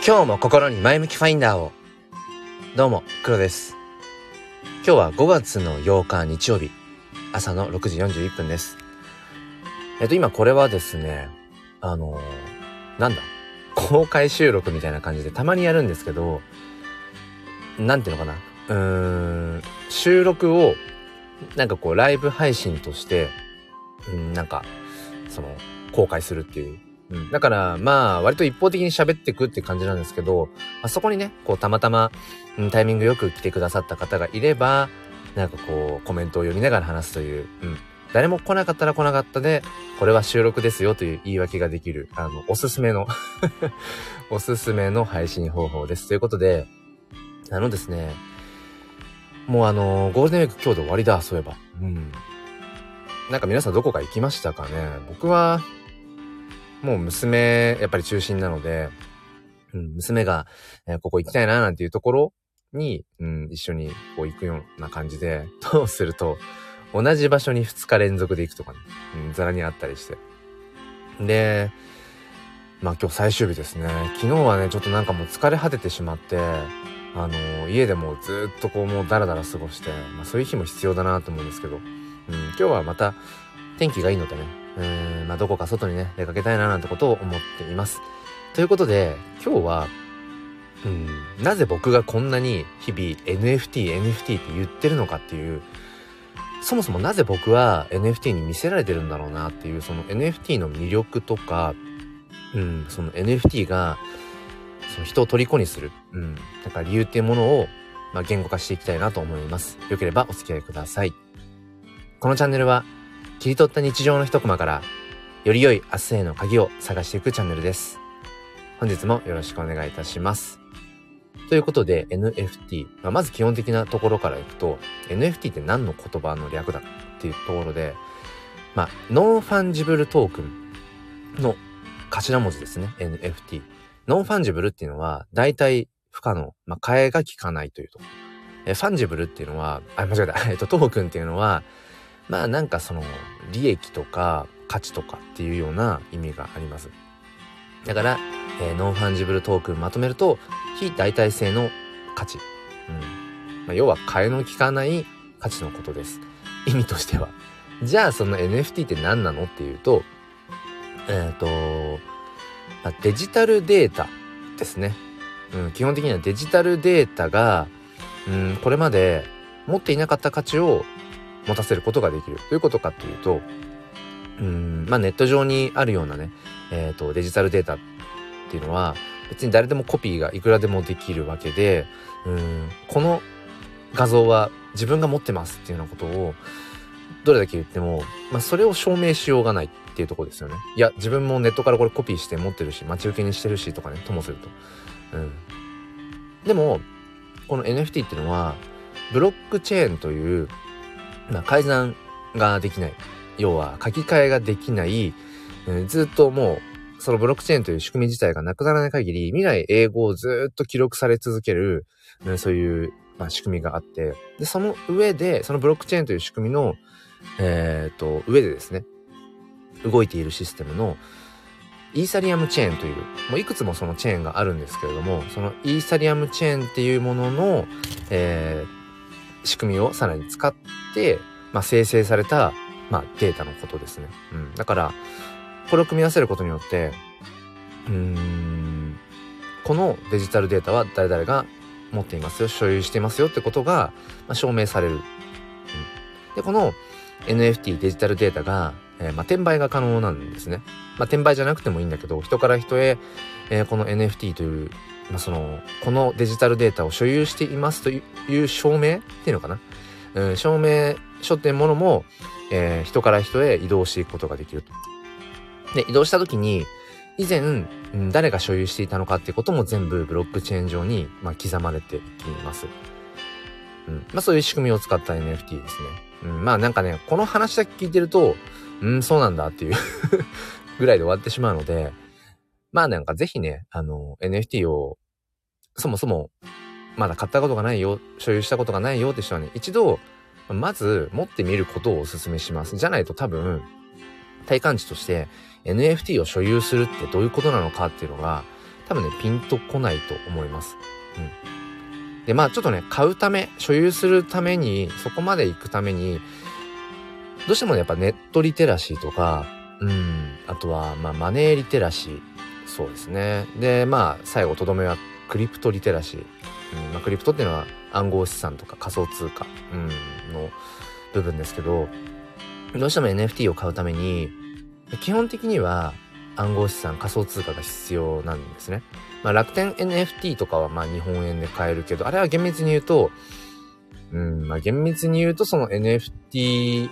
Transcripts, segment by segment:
今日も心に前向きファインダーを。どうも黒です。今日は5月の8日日曜日朝の6時41分です。今これはですね公開収録みたいな感じでたまにやるんですけど、なんていうのかな、収録をライブ配信として公開するっていう、だから割と一方的に喋ってくって感じなんですけど、そこにねたまたま、タイミングよく来てくださった方がいればコメントを読みながら話すという、誰も来なかったら来なかったでこれは収録ですよという言い訳ができるおすすめのおすすめの配信方法ですということで、ですね、もうゴールデンウィーク今日で終わりだ。そういえば皆さんどこか行きましたかね。僕はもう娘やっぱり中心なので、娘が、ここ行きたいななんていうところに、一緒に行くような感じで、どうすると同じ場所に2日連続で行くとかね、ざらにあったりして、で今日最終日ですね。昨日はねちょっともう疲れ果ててしまって家でもうずっともうダラダラ過ごして、そういう日も必要だなと思うんですけど、今日はまた天気がいいのでね、どこか外にね出かけたいななんてことを思っています。ということで今日はなぜ僕がこんなに日々 NFT って言ってるのかっていう、そもそもなぜ僕は NFT に見せられてるんだろうなっていう、その NFT の魅力とか、その NFT がその人を虜にする、理由っていうものを言語化していきたいなと思います。よければお付き合いください。このチャンネルは切り取った日常の一コマからより良い明日への鍵を探していくチャンネルです。本日もよろしくお願いいたします。ということで NFT、まず基本的なところからいくと NFT って何の言葉の略だっていうところで、ノンファンジブルトークンの頭文字ですね。 NFT。ノンファンジブルっていうのは大体不可能、替えが利かないというところ。ファンジブルっていうのは間違えたトークンっていうのはその利益とか価値とかっていうような意味があります。だから、ノンファンジブルトークンまとめると非代替性の価値、要は替えの利かない価値のことです。意味としては。じゃあその NFT って何なのっていうと、デジタルデータですね。基本的にはデジタルデータが、これまで持っていなかった価値を持たせることができる。どういうことかっていうと、ネット上にあるようなね、デジタルデータっていうのは別に誰でもコピーがいくらでもできるわけで、この画像は自分が持ってますっていうようなことをどれだけ言っても、それを証明しようがないっていうところですよね。いや自分もネットからこれコピーして持ってるし待ち受けにしてるしとかね、ともすると、でもこの NFT っていうのはブロックチェーンという、改ざんができない、要は書き換えができない、ずっともうそのブロックチェーンという仕組み自体がなくならない限り未来永劫ずっと記録され続ける、そういう、仕組みがあって、でその上でそのブロックチェーンという仕組みの上でですね動いているシステムのイーサリアムチェーンという、もういくつもそのチェーンがあるんですけれども、そのイーサリアムチェーンっていうものの、仕組みをさらに使って、生成された、データのことですね。だからこれを組み合わせることによってこのデジタルデータは誰々が持っていますよ、所有していますよってことが、証明される。でこの NFT デジタルデータが、転売が可能なんですね。転売じゃなくてもいいんだけど、人から人へ、この NFT という、このデジタルデータを所有していますという証明っていうのかな、証明書っていうものも、人から人へ移動していくことができると。で移動した時に以前、誰が所有していたのかっていうことも全部ブロックチェーン上に、刻まれていきます。そういう仕組みを使った NFT ですね。この話だけ聞いてるとそうなんだっていうぐらいで終わってしまうので、ぜひねNFT をそもそもまだ買ったことがないよ、所有したことがないよって人はね、一度まず持ってみることをお勧めします。じゃないと多分体感値として NFT を所有するってどういうことなのかっていうのが多分ね、ピンとこないと思います。で、ちょっとね、買うため、所有するために、そこまで行くために、どうしてもね、やっぱネットリテラシーとか、あとは、マネーリテラシー。そうですね。で、最後、とどめはクリプトリテラシー。クリプトっていうのは暗号資産とか仮想通貨、の部分ですけど、どうしても NFT を買うために、基本的には暗号資産、仮想通貨が必要なんですね。楽天 NFT とかは日本円で買えるけど、あれは厳密に言うと、厳密に言うとその NFT、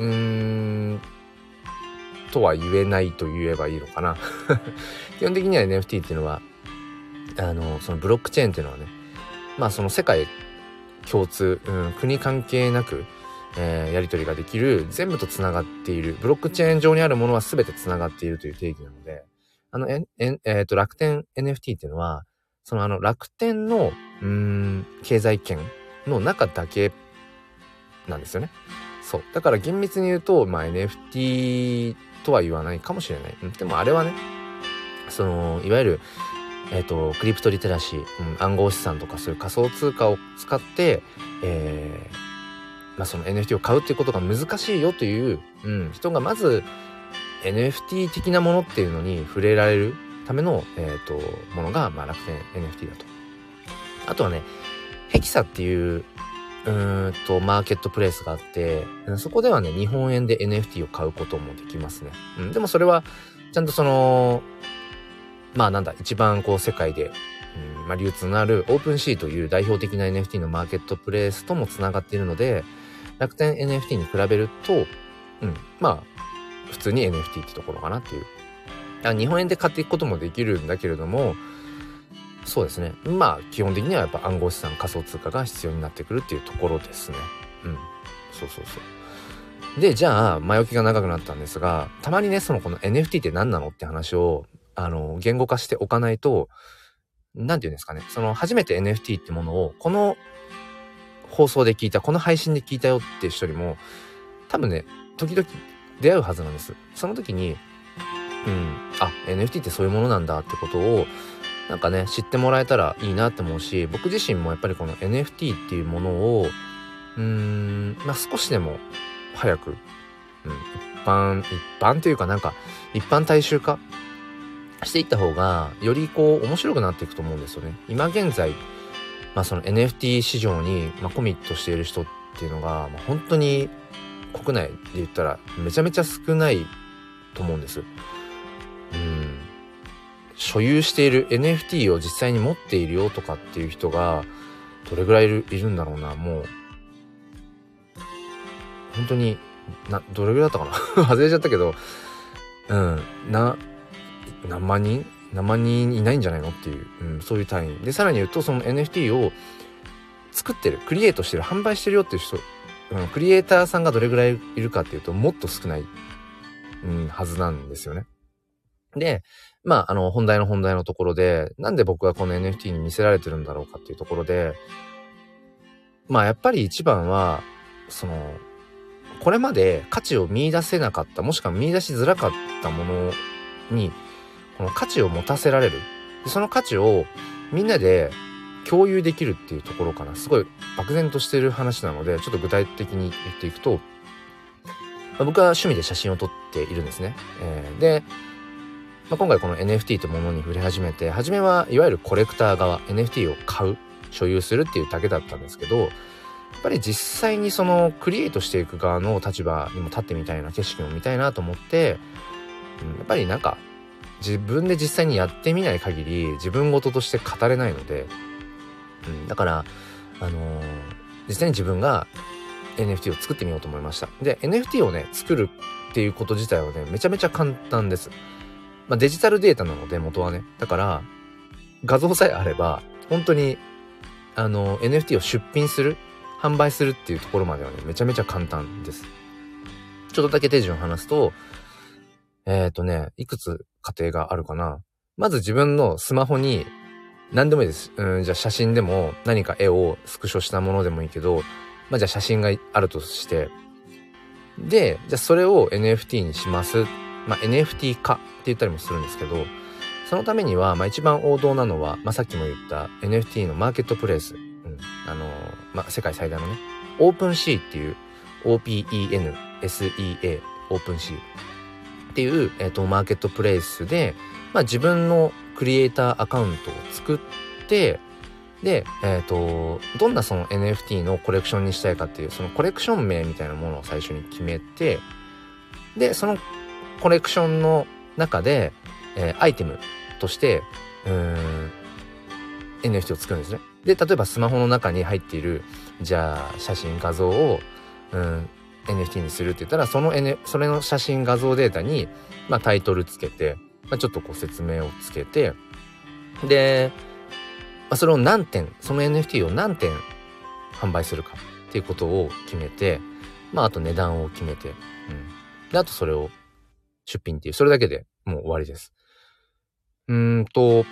とは言えないと言えばいいのかな。基本的には NFT っていうのは、そのブロックチェーンっていうのはね、その世界共通、国関係なく、やり取りができる、全部と繋がっている、ブロックチェーン上にあるものは全て繋がっているという定義なので、楽天 NFT っていうのは、その楽天の、経済圏の中だけなんですよね。そう。だから厳密に言うと、NFT とは言わないかもしれない。でもあれはね、その、いわゆる、クリプトリテラシー、暗号資産とかそういう仮想通貨を使って、その NFT を買うっていうことが難しいよという、人がまず NFT 的なものっていうのに触れられるための、ものが、楽天 NFT だと。あとはね、ヘキサっていうマーケットプレイスがあって、そこではね、日本円で NFT を買うこともできますね。でもそれは、ちゃんとその、一番こう世界で、流通のあるオープンシーという代表的な NFT のマーケットプレイスともつながっているので、楽天 NFT に比べると、普通に NFT ってところかなっていう。日本円で買っていくこともできるんだけれども、そうですね。基本的にはやっぱ暗号資産、仮想通貨が必要になってくるっていうところですね。そう。で、じゃあ、前置きが長くなったんですが、たまにね、この NFT って何なのって話を、言語化しておかないと、なんていうんですかね、初めて NFT ってものを、この放送で聞いた、この配信で聞いたよっていう人にも、多分ね、時々出会うはずなんです。その時に、NFT ってそういうものなんだってことを、知ってもらえたらいいなって思うし、僕自身もやっぱりこの NFT っていうものを、少しでも早く、一般というか一般大衆化していった方が、より面白くなっていくと思うんですよね。今現在、その NFT 市場に、コミットしている人っていうのが、本当に国内で言ったらめちゃめちゃ少ないと思うんです。所有している NFT を実際に持っているよとかっていう人がどれぐらいいるんだろうな。もう本当にどれぐらいだったかな外れちゃったけど、何万人いないんじゃないのっていう、そういう単位で、さらに言うとその NFT を作ってる、クリエイトしてる、販売してるよっていう人、クリエイターさんがどれぐらいいるかっていうともっと少ない、はずなんですよね。で、本題のところで、なんで僕はこの NFT に見せられてるんだろうかっていうところで、やっぱり一番は、これまで価値を見出せなかった、もしくは見出しづらかったものに、この価値を持たせられる。でその価値をみんなで共有できるっていうところかな。すごい漠然としてる話なので、ちょっと具体的に言っていくと、僕は趣味で写真を撮っているんですね。で、今回この NFT というものに触れ始めて、初めはいわゆるコレクター側、NFT を買う、所有するっていうだけだったんですけど、やっぱり実際にそのクリエイトしていく側の立場にも立ってみたいな、景色も見たいなと思って、やっぱり自分で実際にやってみない限り自分事として語れないので、だから実際に自分が NFT を作ってみようと思いました。で NFT をね作るっていうこと自体はねめちゃめちゃ簡単です。デジタルデータなので元はね、だから画像さえあれば本当にNFT を出品する、販売するっていうところまではねめちゃめちゃ簡単です。ちょっとだけ手順を話すと、いくつ過程があるかな。まず自分のスマホに何でもいいです。じゃあ写真でも何か絵をスクショしたものでもいいけど、じゃあ写真があるとして、で、じゃあそれを NFT にします。NFT 化って言ったりもするんですけど、 そのためには、一番王道なのは、さっきも言った NFT のマーケットプレイス。世界最大のね、オープンシーっていう、OPENSEA、オープンシーっていう、マーケットプレイスで、自分のクリエイターアカウントを作って、で、どんなその NFT のコレクションにしたいかっていう、そのコレクション名みたいなものを最初に決めて、で、そのコレクションの中で、アイテムとして、NFT を作るんですね。で、例えばスマホの中に入っている、じゃあ、写真、画像を、NFT にするって言ったら、それの写真、画像データに、タイトルつけて、ちょっと説明をつけて、で、それをその NFT を何点販売するかっていうことを決めて、あと値段を決めて、で、あとそれを出品っていう、それだけでもう終わりです。チェ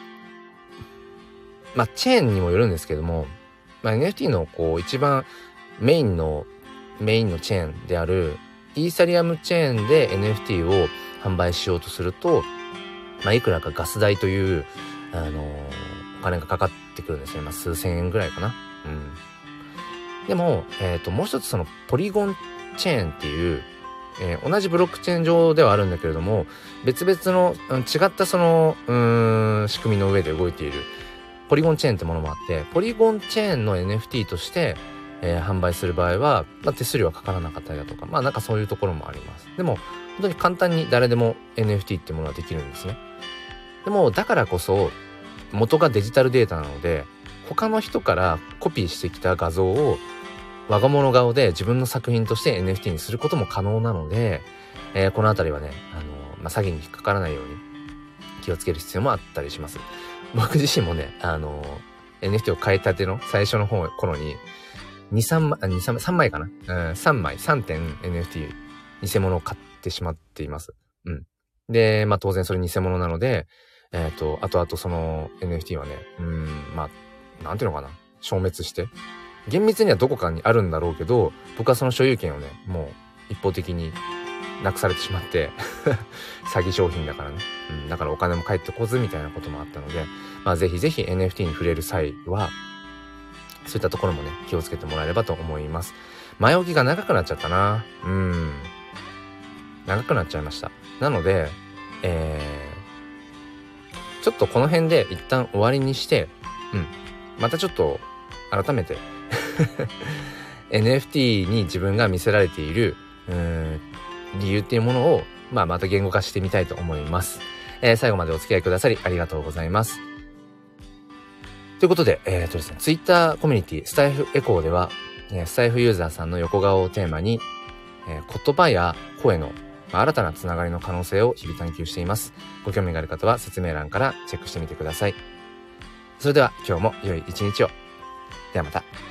ーンにもよるんですけども、NFT の一番メインのチェーンであるイーサリアムチェーンで NFT を販売しようとすると、いくらかガス代という、お金がかかってくるんですね。数千円ぐらいかな。でも、もう一つそのポリゴンチェーンっていう、同じブロックチェーン上ではあるんだけれども、別々の違ったその仕組みの上で動いているポリゴンチェーンってものもあって、ポリゴンチェーンの NFT として、販売する場合は、手数料はかからなかったりだとか、なんかそういうところもあります。でも本当に簡単に誰でも NFT っていうものはできるんですね。でもだからこそ元がデジタルデータなので、他の人からコピーしてきた画像を我が物顔で自分の作品として NFT にすることも可能なので、このあたりはね、詐欺に引っかからないように気をつける必要もあったりします。僕自身もね、NFT を買いたての最初の頃に3枚かな、3点 NFT 偽物を買ってしまっています。で、当然それ偽物なので、後々その NFT はね、なんていうのかな、消滅して、厳密にはどこかにあるんだろうけど、僕はその所有権をね、もう一方的になくされてしまって詐欺商品だからね、だからお金も返ってこずみたいなこともあったので、ぜひぜひ NFT に触れる際はそういったところもね、気をつけてもらえればと思います。前置きが長くなっちゃったな。長くなっちゃいました。なので、ちょっとこの辺で一旦終わりにして、またちょっと改めてNFT に自分が見せられている理由っていうものを、また言語化してみたいと思います。最後までお付き合いくださりありがとうございます。ということで、ですね、Twitter コミュニティスタイフエコーでは、スタイフユーザーさんの横顔をテーマに、言葉や声の新たなつながりの可能性を日々探求しています。ご興味がある方は説明欄からチェックしてみてください。それでは今日も良い一日を。ではまた。